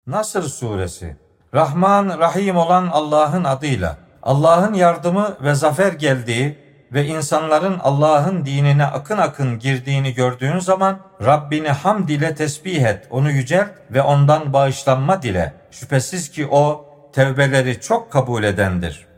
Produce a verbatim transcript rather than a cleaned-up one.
Nasr Suresi. Rahman, Rahim olan Allah'ın adıyla. Allah'ın yardımı ve zafer geldiği ve insanların Allah'ın dinine akın akın girdiğini gördüğün zaman Rabbini hamd ile tesbih et, onu yücelt ve ondan bağışlanma dile. Şüphesiz ki o tevbeleri çok kabul edendir.